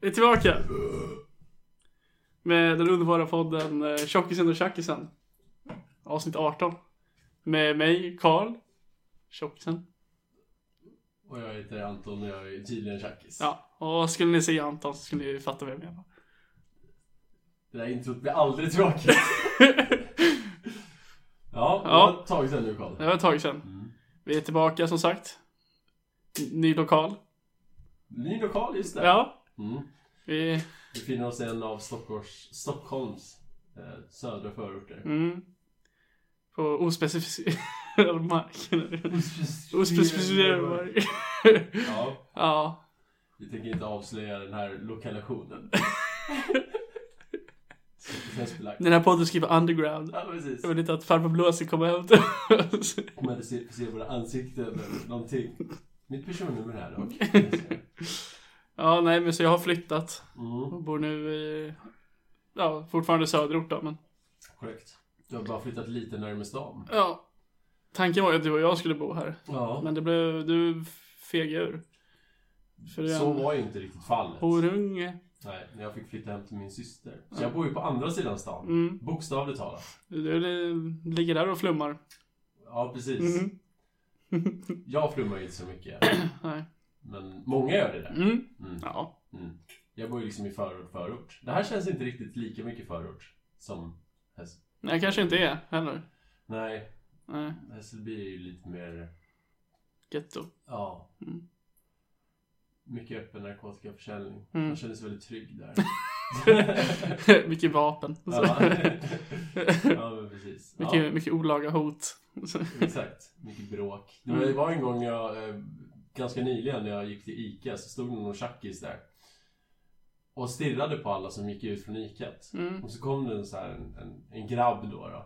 Vi är tillbaka med den underbara podden Tjockisen och Tjackisen. Avsnitt 18. Med mig, Karl Tjockisen. Och jag heter Anton och jag är tydligen Tjackis. Ja, och skulle ni se Anton så skulle ni fatta vad jag menar. Det där introt blir aldrig tråkigt. Ja, det var ett tag sedan nu, Karl. Det var ett tag sedan. Vi är tillbaka som sagt. Ny lokal. Ny lokal, just det. Ja. Vi befinner oss i en av Stockholms södra förorter. På ospecificerad mark. Ospecificerad mark. Ja. Ja. Vi tänker inte avslöja den här lokalationen. Den här podden skriver underground. Ja, precis. Jag vill inte att farbror Blå ska komma ut. Kommer inte se våra ansikten eller någonting. Mitt personnummer här dock. Ja, nej, men så jag har flyttat. Och bor nu i... Ja, fortfarande söderort då, men... Korrekt. Du har bara flyttat lite närmare stan. Ja. Tanken var ju att du och jag skulle bo här. Ja. Men det blev... Du feg ur. För så var ju inte riktigt fallet. Horunge. Nej, när jag fick flytta hem till min syster. Så jag bor ju på andra sidan stan. Bokstavligt talat. Du ligger där och flummar. Ja, precis. Jag flummar ju inte så mycket. Nej. Men många gör det där. Ja. Jag bor ju liksom i förort. Det här känns inte riktigt lika mycket förort som Hässelby. Nej, kanske inte är heller. Nej. Hässelby är ju lite mer... Ghetto. Ja. Mycket öppen narkotikaförsäljning. Man känner sig väldigt trygg där. Mycket vapen. Ja, men precis. Mycket olaga hot. Exakt. Mycket bråk. Det var en gång ganska nyligen när jag gick till Ica, så stod någon tjackis där och stirrade på alla som gick ut från Icat. Och så kom det en grabb då.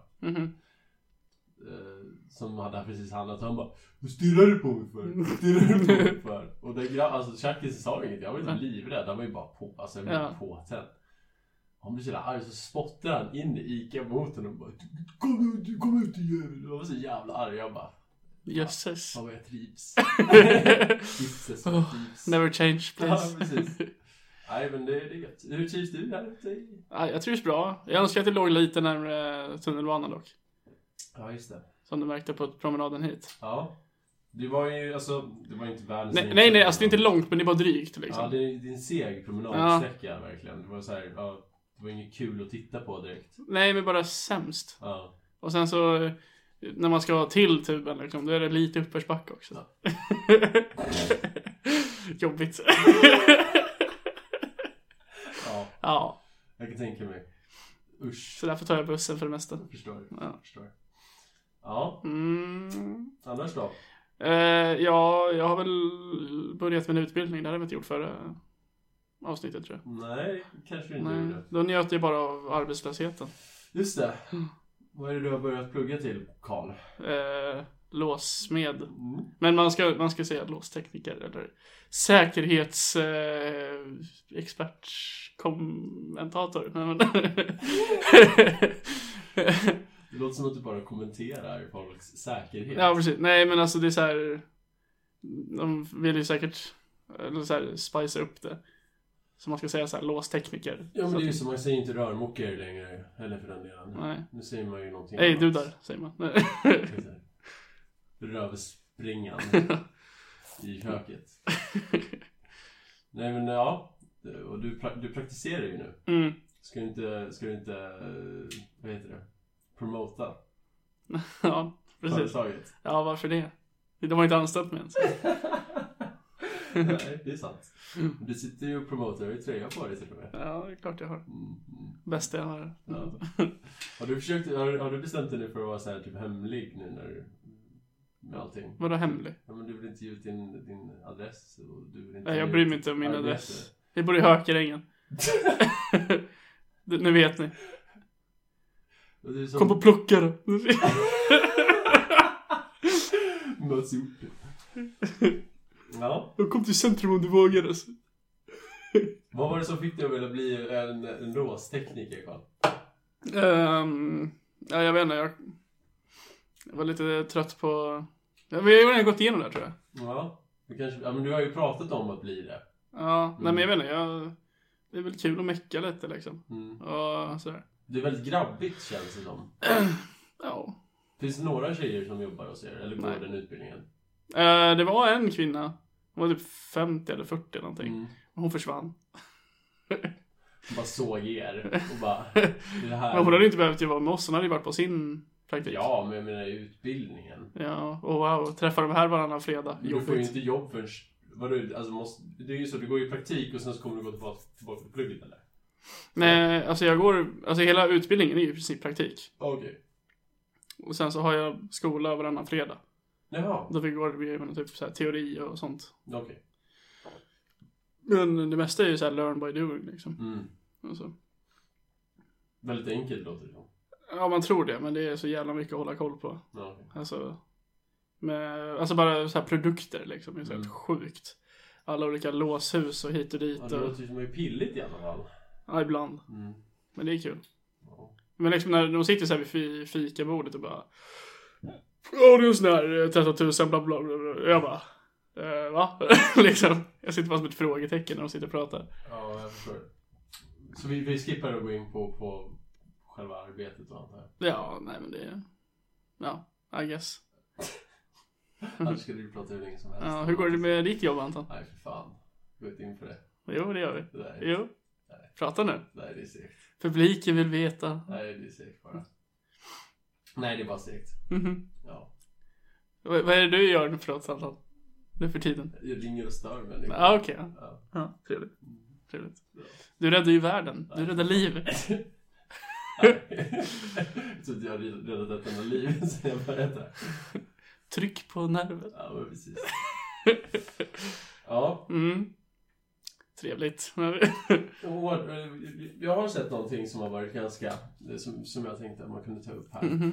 Som hade precis handlat, och han bara: "Vad stirrar du på mig för?" Och den alltså tjackis sa inget. Jag var inte livrädd, han var ju bara på, alltså jag var påtänd. Han blev så där arg, så spottade han in i Ica-motorn och bara: Kom ut igen. Jag var så jävla arg, jag bara: Jösses. Vad jag trivs. Never change, please. Ja, precis. Nej, men det är gött. Hur trivs du här ute? Ja, jag trivs bra. Jag önskar att det låg lite närmare tunnelbanan dock. Ja, just det. Som du märkte på promenaden hit. Ja. Det var ju, alltså, det var inte världens... Nej, alltså det är inte långt, men det är bara drygt liksom. Ja, det är en seg promenadsträcka verkligen. Det var så här, ja, det var inget kul att titta på direkt. Nej, men bara sämst. Ja. Och sen så, när man ska till tuben liksom, då är det lite uppförsbacke också. Ja. Jobbigt. Ja. Jag kan tänka mig. Usch. Så därför tar jag bussen för det mesta. Förstår. Ja. Annars då? Ja, jag har väl börjat med en utbildning. Det hade jag inte gjort förra avsnittet, tror jag. Nej, kanske inte gjorde. Då njöt jag bara av arbetslösheten. Just det. Vad är det du har börjat plugga till, Karl? Låssmed. Men man ska säga låstekniker eller säkerhetsexpertkommentator. Det låter som att du bara kommenterar folks säkerhet. Ja, precis. Nej, men alltså det är så här, de vill ju säkert eller så här spice upp det. Så man ska säga så här låstekniker. Ja, men det är ju som man säger inte rörmokare längre, eller för den delen. Nej. Nu säger man ju någonting. Nej, du där, säger man. Rövspringan i köket. Nej, men ja, och du praktiserar ju nu. Ska du inte vad heter det? Promota. Ja, precis. Företaget. Ja, varför det? De har inte anställt mig ens. Nej, det är sant. Du sitter ju och promotar i tröja på dig till och med. Ja, det är klart jag har. Bästa jag har. Ja. Har du bestämt dig nu för att vara så här typ hemlig nu när du med allting? Vadå hemlig? Ja, men du vill inte ge ut din adress och du vill inte. Nej, jag bryr mig inte om min adress. Jag bor i Hökarängen. Nu vet ni. Som... Kom på plockare. Möts ihop. Ja. Jag kom till centrum om du vågar alltså. Vad var det som fick dig att vilja bli en låstekniker, Carl? Ja, jag vet inte. Jag var lite trött på... Vi har ju redan gått igenom det, tror jag. Ja, men du har ju pratat om att bli det. Ja, nej men jag vet inte. det är väl kul att mecka lite liksom. Och sådär. Det är väldigt grabbigt känns det som. Ja. Finns det några tjejer som jobbar hos er? Eller går den utbildningen? Det var en kvinna. Hon var typ 50 eller 40 eller någonting. Hon försvann. Hon bara såg er och bara... Det här. Men hon hade inte behövt vara med oss. Hon hade ju varit på sin praktik. Ja, men jag menar utbildningen. Ja, och wow. Träffar de här varannan fredag. Du får ju inte jobb förrän... Alltså det är ju så, du går i praktik och sen så kommer du gå tillbaka till plugget eller? Nej, alltså hela utbildningen är ju i princip praktik. Okej. Och sen så har jag skola varannan fredag. Jaha. Då går vi typ så här teori och sånt. Okej. Men det mesta är ju så här learn by doing liksom. Alltså. Väldigt enkelt låter det som. Ja, man tror det, men det är så jävla mycket att hålla koll på. Okay. Alltså bara så här produkter liksom, det är så helt sjukt. Alla olika låshus och hit och dit. Ja, det låter ju som är pilligt i alla fall. Ja, ibland. Men det är kul. Ja. Men liksom när de sitter så här vid fikabordet och bara... Ja, det är en sån här 13 000 bla bla bla. Jag bara... Va? Liksom. Jag sitter bara som ett frågetecken när de sitter och pratar. Ja, jag förstår. Så vi skippar att gå in på själva arbetet och allt det här. Ja, nej men det är... Ja, I guess. Annars skulle du prata hur länge som helst. Ja, hur går det med ditt jobb, Anton? Nej, för fan. Gå inte in på det. Jo, det gör vi. Nej. Jo. Nej. Prata nu. Nej, det är segt. Publiken vill veta. Nej, det är segt bara. Nej, det är bara segt. Ja. Vad är det du gör nu för Anton? Nu för tiden? Jag ringer och stör människor. Ja, okej. Ja, trevligt. Trevligt. Ja. Du räddar ju världen. Du räddar liv. Så jag har räddat ett enda liv sen jag började. Tryck på nerven. Ja, men precis. Ja. Trevligt. Jag har sett någonting som har varit ganska... Som jag tänkte att man kunde ta upp här.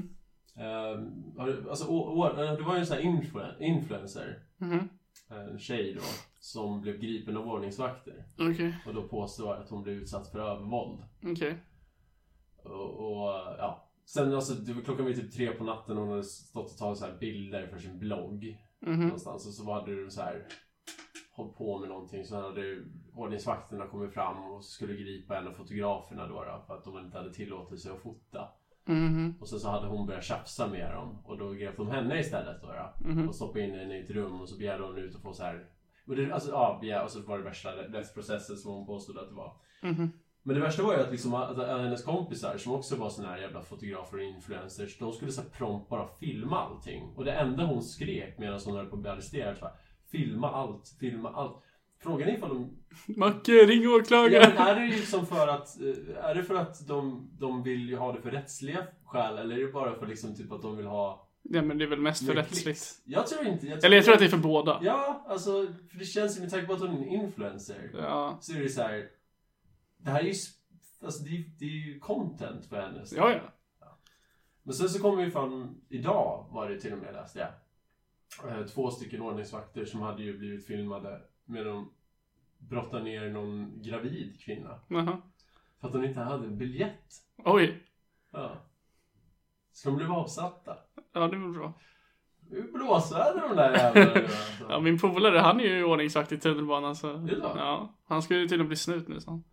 Det var ju en sån här influencer. En tjej då. Som blev gripen av ordningsvakter. Okay. Och då påstår att hon blev utsatt för övervåld. Okej. Och ja. Sen alltså, klockan var typ 3 på natten och hon hade stått och tagit så här bilder för sin blogg. Någonstans. Och så hade du så här hållit på med någonting. Så hade ordningsvakterna kommit fram och skulle gripa en av fotograferna då. För att de inte hade tillåtelse att fota. Och sen så hade hon börjat tjafsa med dem. Och då grep de henne istället då. Och stoppade in henne i ett rum. Och så begärde hon ut och få så här... Och så var det värsta rättsprocessen som hon påstod att det var. Men det värsta var ju att, liksom, att hennes kompisar som också var såna här jävla fotografer och influencers, de skulle så prompt bara filma allting. Och det enda hon skrek medan hon höll på att bli arresterad var filma allt. Frågan är ifall de... Macke, ring åklagaren! Ja, är det liksom för att... Är det för att de vill ju ha det för rättsliga skäl? Eller är det bara för liksom typ att de vill ha... Ja, men det är väl mest för rättsligt. Jag tror inte... Jag tror att det är för båda. Ja, alltså... För det känns ju med tanke på att hon är en influencer. Ja. Så är det så här... Det här är ju... Alltså det är ju content för henne. Så. Ja. Men sen så kommer vi fram... Idag var det till och med, läste jag. 2 stycken ordningsvakter som hade ju blivit filmade med de brottar ner någon gravid kvinna. För att hon inte hade en biljett. Oj. Ja. Så de blev avsatta. Ja, det var bra. Det är blåsväder de där jävlarna. Alltså. Ja, min polare, han är ju ordningsvakt i tunnelbanan. Så... Det är så? Ja, han skulle ju till och bli snut nu. Så.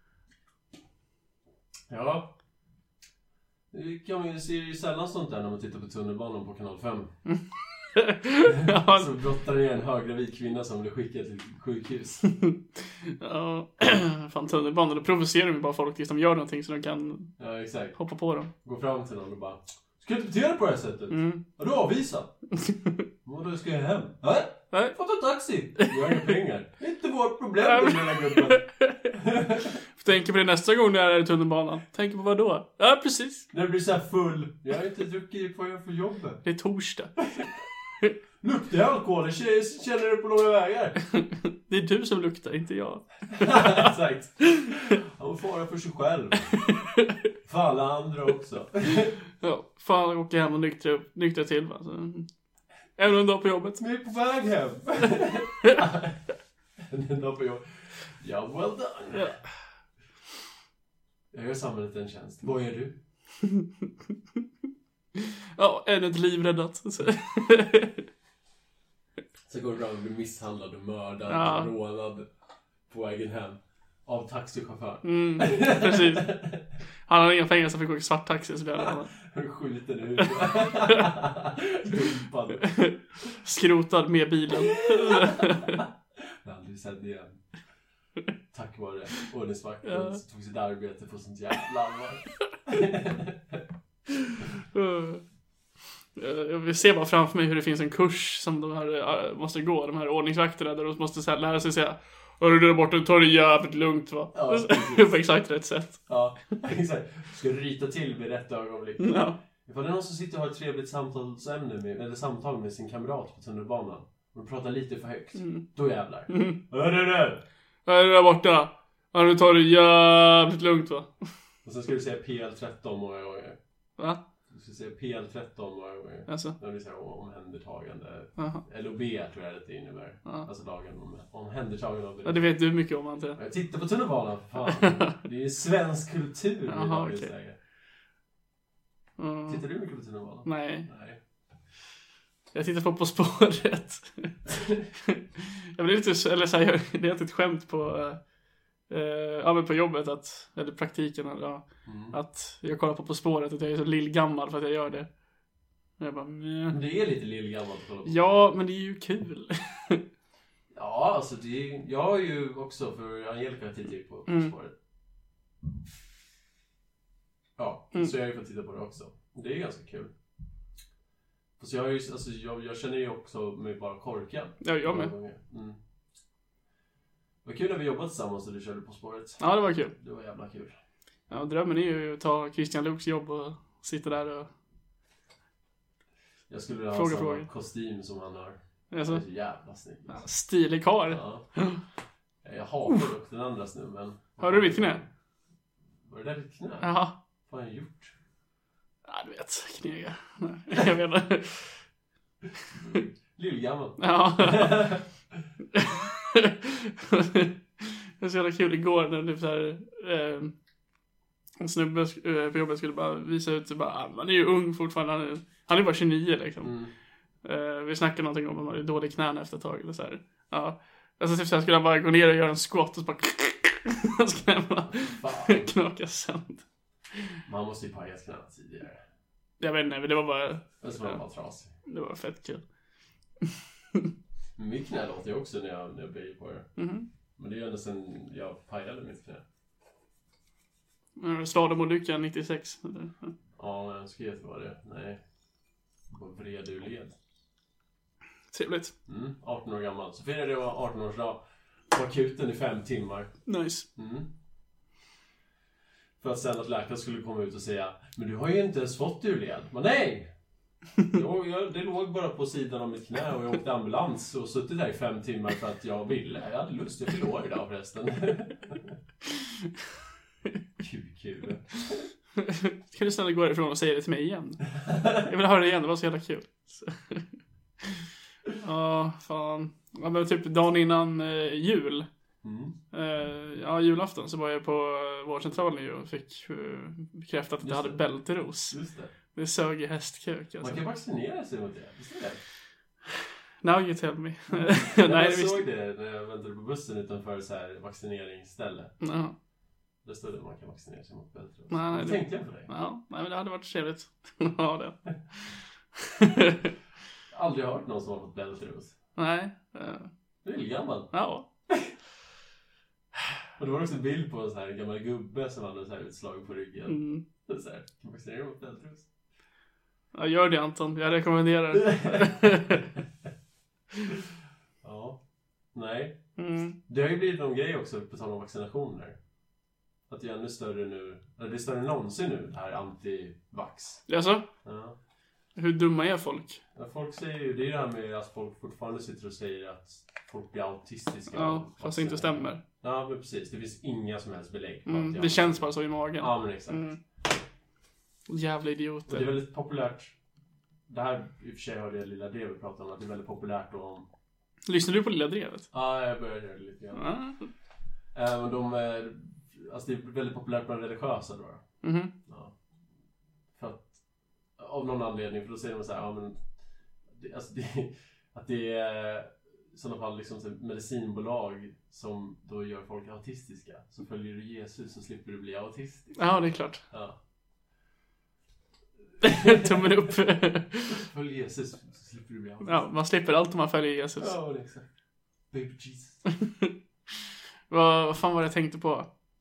Ja. Det ser ju sällan sånt där när man tittar på tunnelbanan på kanal 5. Ja. Så brottar ner en höggravid kvinna som blir skickad till sjukhus. Ja, fan tunnelbanan. Då provocerar de bara folk tills de gör någonting så de kan hoppa på dem. Gå fram till någon och bara, ska du inte bete dig på det här sättet? Ja, du avvisar. Och då ska jag hem. Nej, få ta taxi. Du har inga pengar. Det är inte vårt problem den hela gruppen. Tänk på det nästa gång när jag är i tunnelbanan. Tänk på vad då? Ja, precis. När du blir så här full. Jag har inte druckit på jag för jobbet. Det är torsdag. Luktar jag alkohol? Jag känner det på några vägar. Det är du som luktar, inte jag. Exakt. Han får fara för sig själv. För alla andra också. Ja, fan åker hem och nyktra till. Va? Även en dag på jobbet. Vi är på väg hem. En dag på jobbet. Ja, well done. Ja. Jag gör samhället en tjänst. Vad är du? Ja, ännu ett liv räddat. Så går du fram och blir misshandlad och mördad och rånad på vägen hem. Av taxichaufför. Precis. Han hade inga pengar så fick åka svart taxi. Så blev han skjuten ut. Dumpad. Skrotad med bilen. Jag har aldrig sett det igen. Tack vare ordningsvakten som tog sitt arbete på sånt jävla allvar. Jag ser bara framför mig hur det finns en kurs som de här måste gå, de här ordningsvakterna, där de måste så här lära sig säga: hörru, där borta, ta det jävligt lugnt, va? Ja, på exakt rätt sätt. Ja, exakt. Ska du ryta till med rätt ögonblick. Ja. Ifall det är någon som sitter och har ett trevligt samtal med sin kamrat på tunnelbanan och de pratar lite för högt, då jävlar. Hörru du! Hörru där borta, du tar det jävligt lugnt, va? Och sen ska du säga PL13 många gånger. Va? Du ska säga PL13 många gånger. Alltså? När vi säger omhändertagande. LOB tror jag det innebär. Alltså lagen om omhändertagande av det. Ja, det vet du mycket om, antar jag. Jag tittar på tunnelbanan, för fan. Det är ju svensk kultur i dagens läge. Tittar du mycket på tunnelbanan? Nej. Jag tittar på spåret. Jag blir lite, eller så här, det är ett skämt på men på jobbet eller praktiken att jag kollar på spåret, att jag är så lillgammal för att jag gör det. Jag bara, det är lite lillgammalt att kolla på. Ja, men det är ju kul. Ja, alltså jag har ju också, för Angelica tittar på spåret. Ja, så jag har ju fått titta på det också. Det är ganska kul. Fast jag känner ju också mig bara korkad. Ja, jag med. Det var kul när vi jobbade tillsammans och du körde På spåret. Ja, det var kul. Det var jävla kul. Ja, drömmen är ju att ta Christian Luuks jobb och sitta där och jag skulle ha samma kostym som han har. Alltså. Det är så jävla snyggt. Ja, stilig karl. Ja. Jag hatar dock den andra snubben. Har du mitt knä? Var det där ditt knä? Jaha. Vad har jag gjort? Ja, du vet, knega. Jag vet inte. Lillgammal. Ja. Det var så jävla kul igår när typ så här, en snubbe på jobbet skulle bara visa ut sig, bara, han är ju ung fortfarande, han är bara 29 liksom. Vi snackade någonting om att man är dålig knän efter ett tag eller så här. Ja. Alltså typ så här skulle han bara gå ner och göra en squat och så bara han skulle knaka sönder. Man måste ju paja knäna tidigare. Jag vet inte, men det var bara det var trasig. Det var fett kul. Mitt knä låter ju också när jag böjer på det. Men det är ju ändå sen jag pajade mitt knä. Slalomolyckan 96. Ja, jag önskar att det var det. Nej. Det var vred ur led. Trevligt. 18 år gammal. Så firade jag 18-årsdag på akuten i 5 timmar. Nice. För att sen att läkaren skulle komma ut och säga: men du har ju inte ens fått ur led. Men nej! Det låg bara på sidan av mitt knä och jag åkte ambulans och suttit där i 5 timmar för att jag ville. Jag hade lust, jag förlorade idag förresten. Kul. Kan du snälla gå ifrån och säga det till mig igen? Jag vill höra det igen, det var så jävla kul. Ja, fan. Ja, men typ dagen innan jul. Julafton så var jag på vårdcentralen och fick bekräftat att jag hade bälteros. Just det. Det sög i hästkök. Alltså. Man kan vaccinera sig mot det. Visst är det? Now you tell me. Jag såg det när jag väntade på bussen utanför så här vaccineringsställe. Där stod det att man kan vaccinera sig mot bälteros. Det tänkte jag på dig. Ja, nej, men det hade varit trevligt. Ja, det. Aldrig hört någon som har fått bälteros. Nej. Du är gammal. Ja. Och det var också en bild på en sån här gammal gubbe som hade så här utslag på ryggen. Så här, kan vaccinera mot bälteros. Ja, gör det Anton. Jag rekommenderar. Ja. Nej. Det har ju blivit någon grej också på tal om vaccinationer. Att det är ännu större nu. Eller det är större än någonsin nu, det här anti-vax. Jaså? Ja. Hur dumma är folk? Ja, folk säger ju, det är det här med att folk fortfarande sitter och säger att folk blir autistiska. Ja, fast det inte stämmer. Ja, men precis. Det finns inga som helst belägg på att det känns bara så i magen. Ja, men exakt. Jävla idioter. Och det är väldigt populärt. Det här, i och för sig hörde jag Lilla Drevet prata om att det är väldigt populärt om... Lyssnar du på Lilla Drevet? Ja, jag började göra det lite grann. Men de är... Alltså det är väldigt populärt bland religiösa då. Ja. För att... Av någon anledning, för då säger de så här, ja men... att det är i sådana fall liksom medicinbolag som då gör folk autistiska. Så följer du Jesus så slipper du bli autistisk. Ja, det är klart. Ja. Tummen upp. Följ Jesus så slipper du bli autistisk. Ja, man slipper allt om man följer Jesus. Ja, det är exakt. Baby Jesus. Vad fan var det jag tänkte på?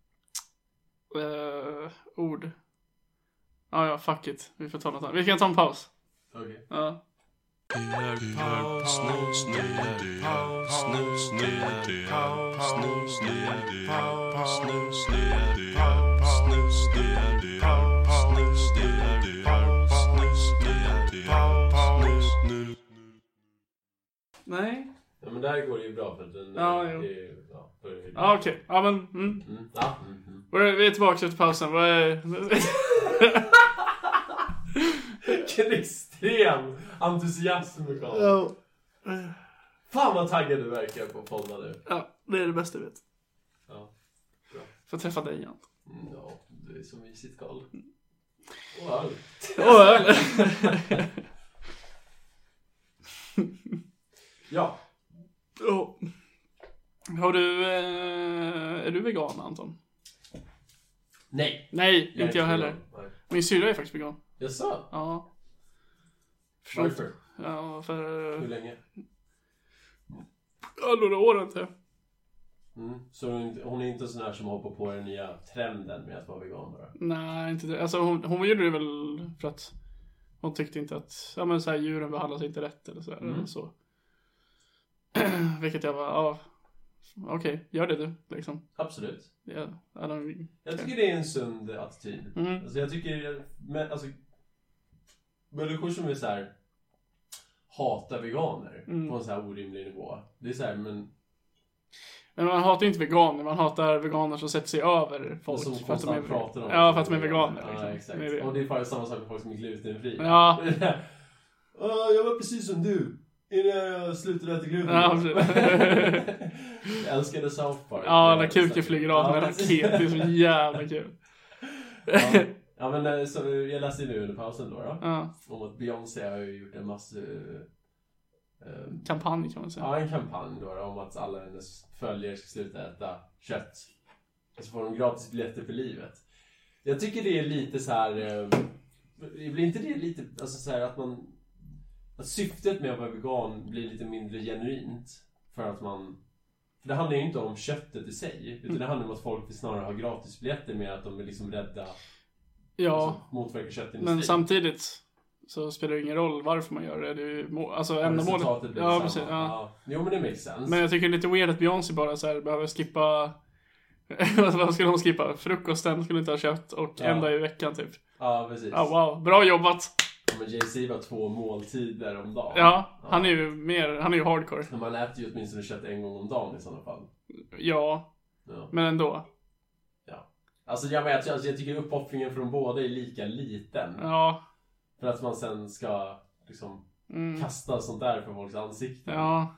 Ord. Ja, fuck it. Vi får ta något annat. Vi kan ta en paus. Okej. Okay. Ja. Det är paus, det är paus, det är paus, det är paus, det är paus, det är paus, det är paus. Nej. Ja, men där går det ju bra för att den Ja, okej. Ja, men Vi är tillbaka efter pausen. Vad är vilken extrem entusiasm, Karl. Ja. Fan vad taggad du verkar på podden nu. Ja, det är det bästa jag vet. Ja, bra. Får träffa dig igen. Ja, det är så mysigt, Karl. Ja. Har du... är du vegan, Anton? Nej. Nej, inte jag heller. Nej. Min syrra är faktiskt vegan. Jaså? Ja. Varför? Ja, för... Hur länge? Ja, några år inte. Så hon är inte sån här som hoppar på den nya trenden med att vara vegan bara? Nej, inte det. Alltså hon gjorde det väl för att hon tyckte inte att så här, djuren behandlas inte rätt eller så där, eller så. Vilket jag var, ja, okej, gör det du liksom. Absolut. Ja, jag tycker det är en sund attityd. Alltså jag tycker människor som är så här hatar veganer på en så här orimlig nivå. Det är så här, men man hatar ju inte veganer, man hatar veganer som sätter sig över folk som för att de är pratar om för att de är veganer. Ja, liksom. exakt. Det är det. Och det är faktiskt samma sak med folk som är glutenfria. Ja. Jag var precis som du innan jag slutade äta gluten. Ja, jag älskade South Park. Ja, när kuken flyger av med raket. Det är så jävla kul. Ja, men så jag läste nu under pausen då. Ja. Om att Beyoncé har ju gjort en massa kampanj kan man säga. Ja, en kampanj då om att alla hennes följare ska sluta äta kött. Och så får de gratis biljetter för livet. Jag tycker det är lite så här. Blir inte det lite alltså så här att syftet med att vara vegan blir lite mindre genuint för att för det handlar ju inte om köttet i sig, utan det handlar om att folk snarare har gratis biljetter med att de är liksom rädda. Ja, alltså, motverka köttindustrin. Men samtidigt så spelar det ingen roll varför man gör det. Det är ju alltså ändamålet. Ja, precis. Ja. Jo, men det makes sense. Men jag tycker det är lite weird att Beyoncé bara så här behöver skippa. Vad skulle hon skippa? Frukosten skulle inte ha kött och en dag i veckan typ. Ja, precis. Ja, wow. Bra jobbat. Ja, men Jay-Z var 2 måltider om dagen. Ja, han är ju hardcore. Men man äter ju åtminstone kött en gång om dagen i sådana fall. Ja. Men ändå. Ja. Alltså jag tycker uppoffringen från båda är lika liten. Ja. För att man sen ska liksom kasta sånt där för folks ansikten. Ja.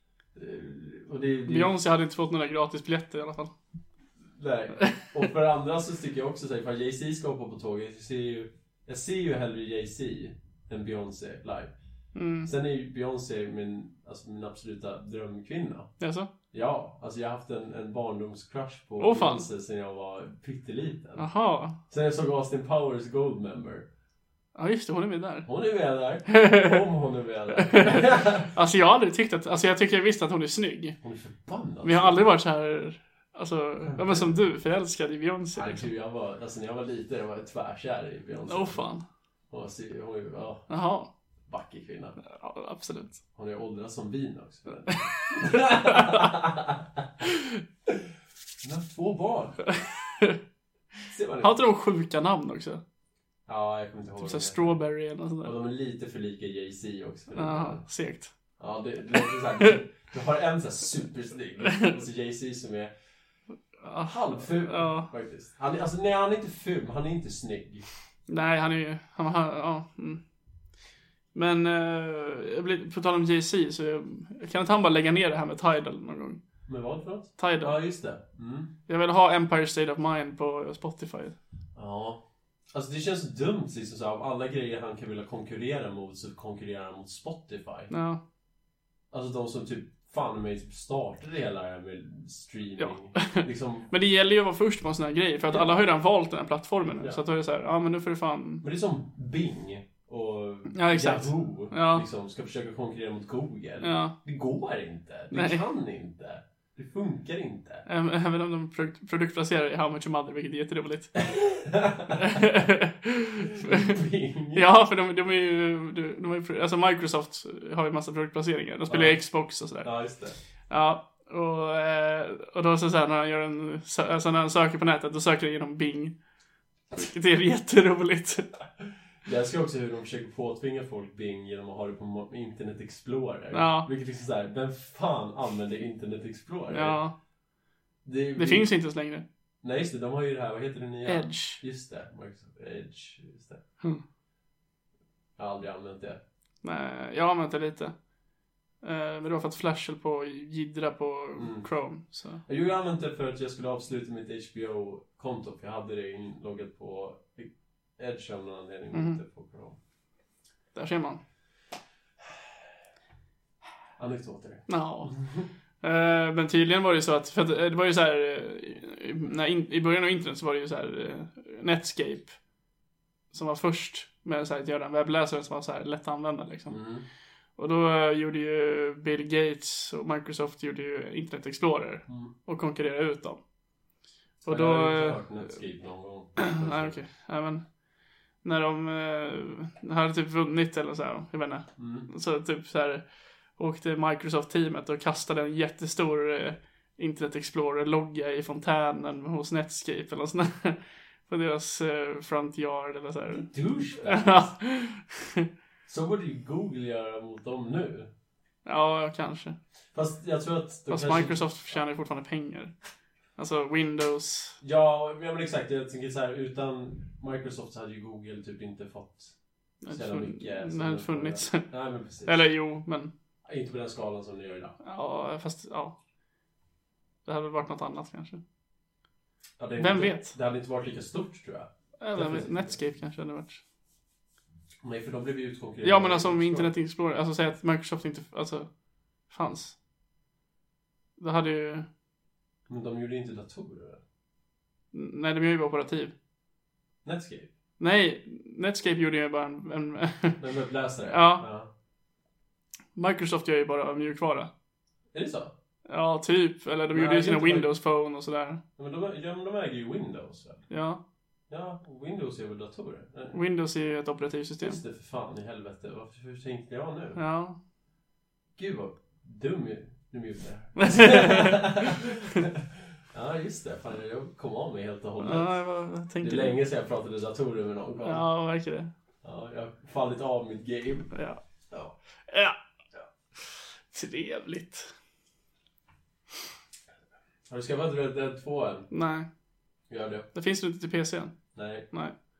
Och Beyoncé hade inte fått några gratis biljetter i alla fall. Nej. Och för andra så tycker jag också så här, för Jay-Z ska hoppa på tåget. Jag ser ju hellre Jay-Z än Beyoncé live. Sen är ju Beyoncé min absoluta drömkvinna. Jaså? Ja, alltså jag har haft en barndomscrush på Beyoncé sen jag var pytteliten. Jaha. Sen jag såg Austin Powers Goldmember. Ja just det, hon är med där. Hon är med där. Om hon är med där. Alltså jag har aldrig tyckt att, alltså jag tycker visst att hon är snygg. Hon är förbannad. Vi har aldrig varit så här, alltså, men som du, förälskad i Beyoncé. Liksom. När jag var liten, jag var tvärkär i Beyoncé. Fan. Hon är Jaha. Vacker kvinna. Ja, absolut. Hon är åldrad som vin också. Hon har 2 barn. Har inte de sjuka namn också? Ja, jag kommer inte ihåg. Typ såhär Strawberry eller något sånt där. Och de är lite för lika Jay-Z också. Ja, segt. Ja, det är såhär. Du har en såhär supersnygg. Och så Jay-Z som är halvful faktiskt. Han är inte ful, han är inte snygg. Nej, han är ju... Men på tal om Jay-Z så kan inte han bara lägga ner det här med Tidal någon gång? Men vad för något? Tidal. Ja, just det. Jag vill ha Empire State of Mind på Spotify. Ja. Alltså det känns dumt liksom så av alla grejer han kan vilja konkurrera mot så konkurrerar han mot Spotify. Ja. Alltså de som typ fan mig typ startade hela det här med streaming. Ja. Liksom. Men det gäller ju att vara först på en sån här grej. För att alla har ju redan valt den här plattformen nu. Ja. Så att då är det så här, men nu får det fan... Men det är som Bing och exakt. Yahoo liksom ska försöka konkurrera mot Google. Ja. Det går inte. Det kan inte. Det funkar inte. Även om de produktplacerar i How Much Your Mother, vilket är jätteroligt. Ja, för de är ju... Alltså Microsoft har ju massa produktplaceringar. De spelar ju Xbox och sådär. Ja, just det. Ja, och då så här, när han gör när han söker på nätet, då söker han genom Bing. Vilket är jätteroligt. Jag ska också hur de försöker påtvinga folk Bing genom att ha det på Internet Explorer. Ja. Vilket liksom såhär, vem fan använder Internet Explorer? Ja. Det finns inte så längre. Nej, just det, de har ju det här, vad heter det nya? Edge. Just det, Microsoft Edge, just det. Jag har aldrig använt det. Nej, jag har använt det lite. Men det var för att Flash höll på jiddra på Chrome. Så. Jag har använt det för att jag skulle avsluta mitt HBO-konto. För jag hade det inloggat på Edge av någon anledning. Inte på Chrome. Där ser man. Anekdoter. Ja. Men tydligen var det så att, för att det var ju så här, i början av internet så var det ju så här Netscape som var först med så här, att göra en webbläsare som var så här lätt att använda liksom. Och då gjorde ju Bill Gates och Microsoft gjorde ju Internet Explorer och konkurrerade ut dem. Och då... Jag har inte hört Netscape någon gång. Nej, okej. Men när de hade typ vunnit eller så här, jag vet inte. Så typ så här åkte Microsoft-teamet och kastade en jättestor Internet Explorer-logga i fontänen hos Netscape eller sån här, på deras front yard eller så här. Douchebags. Så borde ju Google göra mot dem nu. Ja, kanske. Fast jag tror att... Fast Microsoft förtjänar ju fortfarande pengar. Alltså Windows. Ja, men exakt. Jag tänker så här, utan Microsoft så hade ju Google typ inte fått så jävla mycket. Det hade funnits. Nej, men precis. Eller jo, men... Inte på den skalan som ni gör idag. Ja, fast ja. Det hade varit något annat kanske. Ja, vem vet? Det hade inte varit lika stort, tror jag. Eller Netscape kanske hade varit. Nej, för de blev ju utkonkurrerade. Ja, men alltså om Internet Explorer, alltså säg att Microsoft inte fanns. Då hade ju... Men de gjorde inte datorer. Nej, de gör ju bara operativ. Netscape? Nej, Netscape gjorde ju bara en webbläsare? Ja. Microsoft gör ju bara mjukvara. Är det så? Ja, typ. Eller de gjorde ju sina Windows Phone och sådär. Men de äger ju Windows, väl? Ja. Ja, Windows är väl datorer? Windows är ju ett operativsystem. Just det, för fan i helvete. Hur tänkte jag nu? Ja. Gud vad dum du är. Ja, just det. Fan, jag kom av mig helt och hållet. Ja, det är länge sedan jag pratade datorer med någon gång. Ja, verkar det. Ja, jag har fallit av mitt game. Ja. Trevligt. Har du skaffat Red Dead 2 än? Nej. Gör det. Det finns inte till PC än. Nej.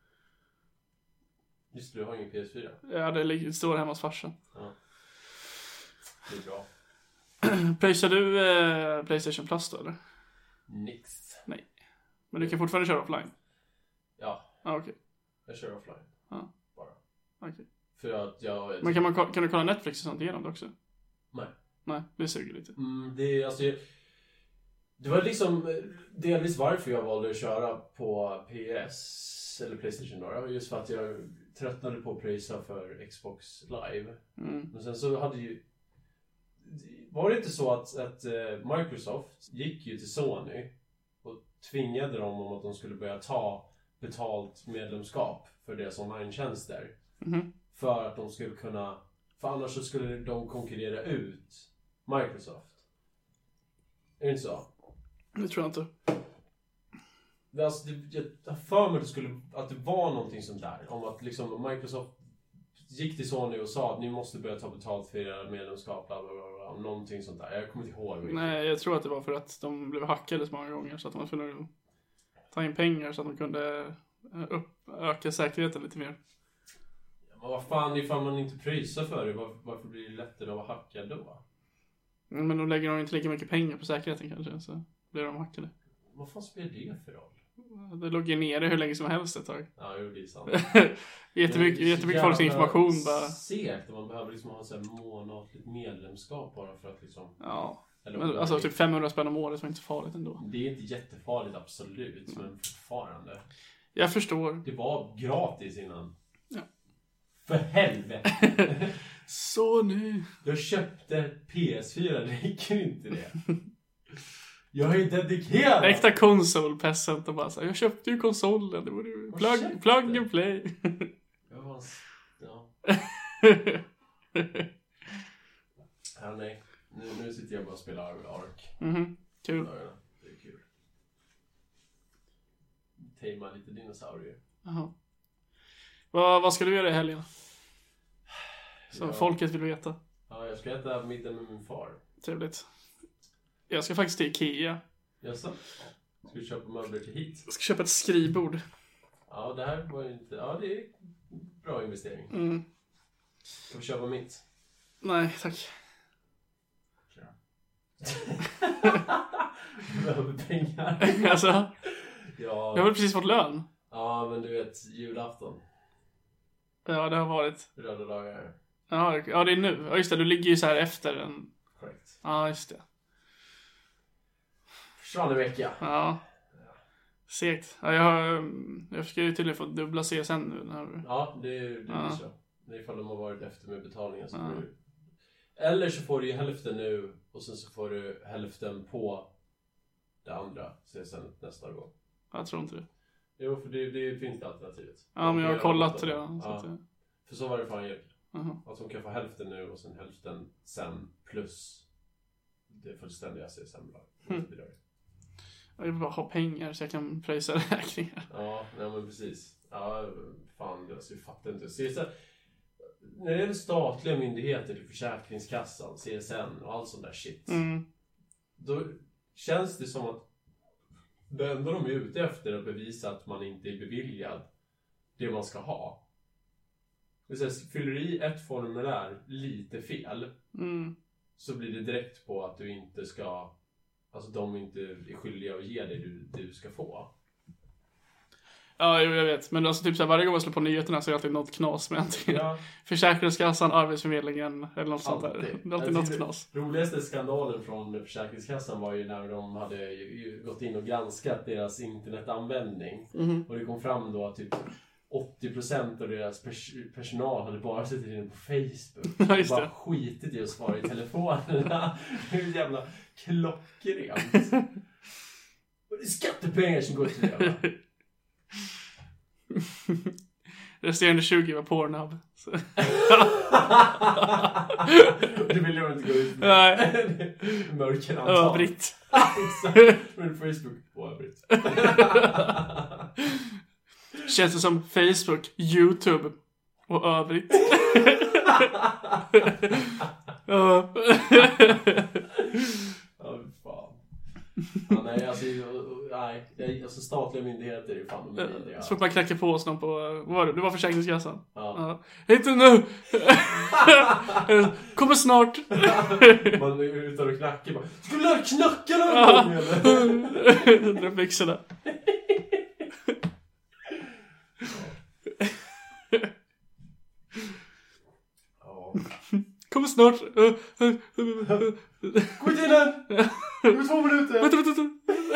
Just det, du har ingen PS4. Ja, det står hemma hos farsan. Ja. Det är bra. Playsar du PlayStation Plus då, eller? Nix. Nej. Men du kan fortfarande köra offline? Ja. Okej. Jag kör offline. Ja. Bara. Okej. För att jag... Men kan du kolla Netflix och sånt igenom det också? Nej, det suger lite. Det är alltså... Det var liksom delvis varför jag valde att köra på PS eller PlayStation då. Just för att jag tröttnade på att prisa för Xbox Live. Men sen så hade ju... Var det inte så att Microsoft gick ju till Sony och tvingade dem om att de skulle börja ta betalt medlemskap för deras online-tjänster. För att de skulle kunna... För annars så skulle de konkurrera ut Microsoft. Är det inte så? Det tror jag inte. Alltså, jag för mig att det var någonting sånt där. Om att liksom Microsoft gick till Sony och sa att ni måste börja ta betalt för era medlemskap. Bla bla bla, någonting sånt där. Jag kommer inte ihåg. Nej, jag tror att det var för att de blev hackade så många gånger. Så att de var tvungna att ta in pengar så att de kunde öka säkerheten lite mer. Men vad fan, ifall man inte prisar för det, varför blir det lättare att vara hackad då? Men då lägger de inte lika mycket pengar på säkerheten kanske, så blir de hackade. Vad fan spelar det för roll? Det låg ju nere hur länge som helst ett tag. Ja, det är sant. jättemycket folks information bara. Segt, man behöver liksom ha så här månatligt medlemskap bara för att liksom... Ja, men, alltså typ 500 spänn om året som är inte farligt ändå. Det är inte jättefarligt, absolut, men fortfarande. Jag förstår. Det var gratis innan. Ja. För helvete! Så nu. Jag köpte PS4, räcker inte det? Jag är dedikerad! Äkta konsolpeasant och bara så här, jag köpte ju konsolen, det var ju plug and play. Jag var... Ja. Ja, nej. Nu sitter jag bara och spelar Ark. Kul. Det är kul. Tejma lite dinosaurier. Jaha. Vad ska du göra i helgen? Som folket vill veta. Ja, jag ska äta middag med min far. Trevligt. Jag ska faktiskt till Ikea. Jaså? Ska du köpa möbler till hit? Jag ska köpa ett skrivbord. Ja, det här var ju inte... Ja, det är bra investering. Ska vi köpa mitt? Nej, tack. Du behöver pengar. Alltså, ja. jag har precis fått lön. Ja, men du vet, julafton. Ja, det har varit. Röda dagar. Ja, det är nu. Ja, just det, du ligger ju så här efter en... Korrekt. Ja, just det. Försvann en vecka. Ja. Segt. Ja, jag ska ju tydligen få dubbla CSN nu. Ja, det blir så. Det är ifall de har varit efter med betalningen så får du... Eller så får du ju hälften nu och sen så får du hälften på det andra CSN nästa gång. Jag tror inte det. Jo, för det finns det alternativet. Ja, men jag har kollat det. Ja. Så att det... För så var det fan Erik. Att de kan få hälften nu och sen hälften sen plus det fullständiga CSN-bidraget. Jag vill bara ha pengar så jag kan pröjsa räkningar. Ja, nej men precis. Ja, fan, jag fattar inte. CSN, när det är statliga myndigheter, till Försäkringskassan, CSN och allt sånt där shit. Då känns det som att det enda de är ute efter är att bevisa att man inte är beviljad det man ska ha. Det vill säga, fyller du i ett formulär lite fel så blir det direkt på att du inte ska... Alltså de inte är skyldiga att ge dig du ska få. Ja, jag vet. Men alltså typ så här, varje gång jag slår på nyheterna så är det alltid något knas med antingen. Ja. Försäkringskassan, Arbetsförmedlingen eller något sånt där. Det är alltid något knas. Roligaste skandalen från Försäkringskassan var ju när de hade gått in och granskat deras internetanvändning. Och det kom fram då att typ 80% av deras personal hade bara suttit inne på Facebook. Ja, just det. Bara skitit i att svara i telefonerna. Det är ju jävla klockrent. Och det är skattepengar som går till det. Resterande 20 var Pornhub. Det vill jag inte gå ut med. Nej. Mörker antal. Övrigt. Men Facebook på övrigt. Känns det som Facebook, YouTube och övrigt. Ja, fan. Ja, nej, alltså statliga myndigheter är fan de vidriga. Så fort man knackar på oss någon på, vad var det? Det var Försäkringskassan. Ja. Inte nu! Kommer snart. Man är ute och knackar bara. Ska du lära knacka någon gång eller? Dra byxorna. Kommer snart. Gå in den! Det är 2 minuter. Vänta.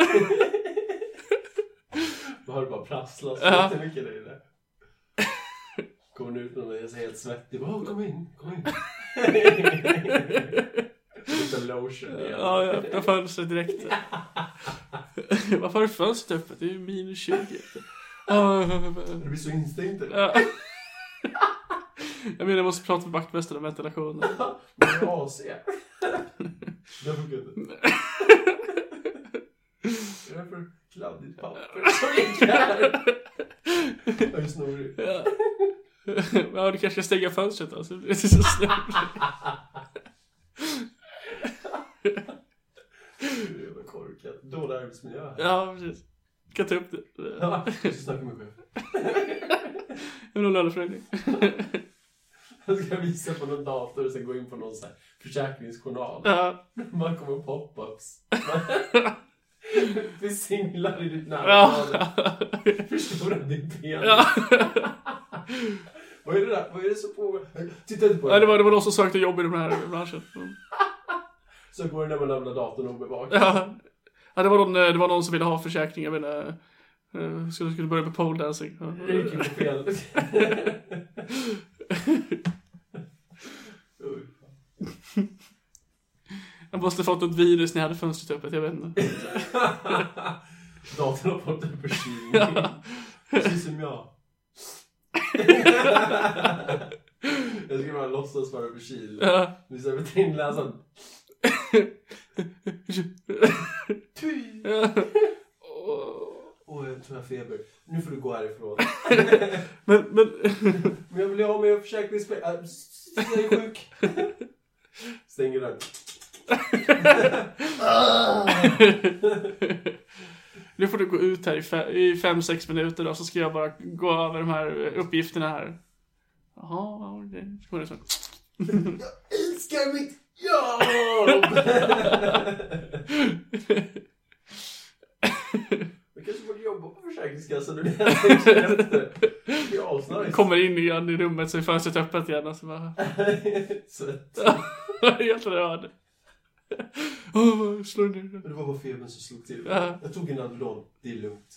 Då har du bara prasslat så mycket där inne. Kommer ut och jag är helt svettig. Kom in. Lite lotion igen. Ja, jag öppnar fönstret direkt. Varför har du fönstret öppet? Det är ju minus 20. Det blir så instängt eller? Jag menar, jag måste prata med vaktmästaren om ventilationen. Men det är AC. Det funkar inte. Det är för kladdigt papper som ligger här. Jag är snorig. Ja, du kanske ska stänga fönstret då, så blir det så snabbt. Det var korkat. Dålig arbetsmiljö här. Ja, precis. Du kan ta upp det. Ja, jag ska snacka med chef. Jag vill ha löneförhöjning. Jag ska visa på någon dator och sen gå in på någon så här försäkringsjournal. Man kommer pop-ups. Vi singlar i ditt närområde. Förstår du din ben? Ja. Vad är det där? Vad är det som pågår? Titta inte på det. Nej, det var någon som sökte jobb i den här branschen. Så går det när man lämnar datorn och bevakar. Ja, det var någon som ville ha försäkring. Jag menar, skulle börja med pole dancing. Det gick ju fel. Jag måste fått ett virus när jag hade fönstret öppet, jag vet inte. Datorn har fått en förkylning. Precis som jag. Jag ska bara låtsas vara förkyld. Vi ska ta in läsaren. Åh, jag tror jag har feber. Nu får du gå härifrån. Men jag vill ha med försäkringspengar. Jag är sjuk. Stänger den. Nu får du gå ut här i 5-6 minuter då, så ska jag bara gå över de här uppgifterna här. Jaha, det går det så. Jag älskar mitt jobb! Jag kanske borde jobba på Försäkringskassan nu. Jag kommer in igen i rummet så är fönstret öppet igen och så bara... Svett. Helt röd. Slå ner. Det var bara febern som slog till. Ja. Jag tog en Andalon. Det är lugnt.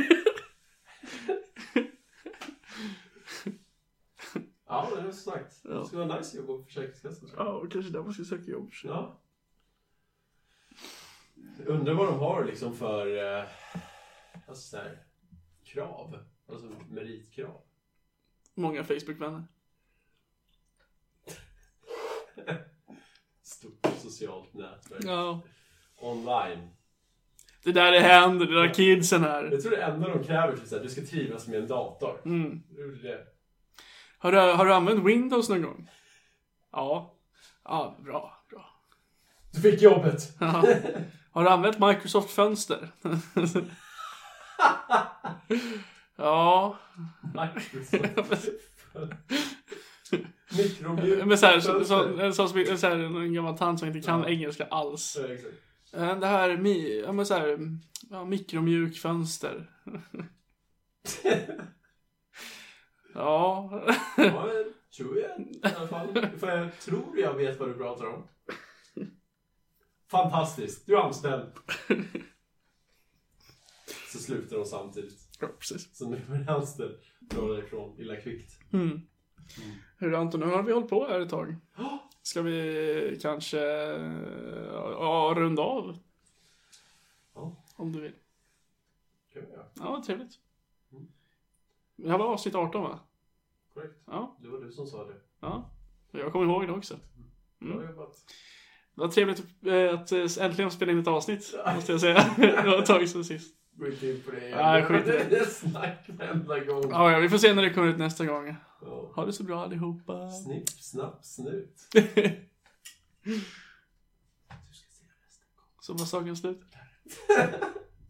Ja, det är snackt. Det skulle vara nice att jobba på Försäkringskassan. Ja, kanske där man ska söka jobb. Ja. Undrar vad de har liksom för alltså så här, krav. Alltså meritkrav. Många Facebook-vänner. Stort socialt nätverk. Ja. Online. Det där det händer, det där kidsen här. Jag tror det enda de kräver är att du ska trivas med en dator. Mm. Det. Har du använt Windows någon gång? Ja. Ja, bra. Du fick jobbet. Ja. Har du använt Microsoft Fönster? Ja. Microsoft. Mikromjuk. Men så här, en gammal tant som inte kan engelska alls. Ja, exakt. Det här mikromjuk fönster. Ja. Ja, tror jag i alla fall. För jag tror jag vet vad du pratar om. Fantastiskt, du är anställd. Så slutar de samtidigt. Ja, precis. Så nu är du anställd. Dra därifrån, illa kvickt. Hur Anton, nu har vi hållit på här ett tag. Ska vi kanske runda av? Ja. Om du vill. Kan vi göra. Ja, trevligt. Det här var avsnitt 18, va? Korrekt. Ja. Det var du som sa det. Ja, jag kommer ihåg det också. Bra jobbat. Det var trevligt att äntligen spela in ett avsnitt, måste jag säga. Det var ett tag sedan sist. Gå inte in på det igen. Nej, skit i det. Det är snack varenda gång. Ja, vi får se när det kommer ut nästa gång. Ja. Ha det så bra allihopa. Snipp, snapp, snut. Så var saken slut.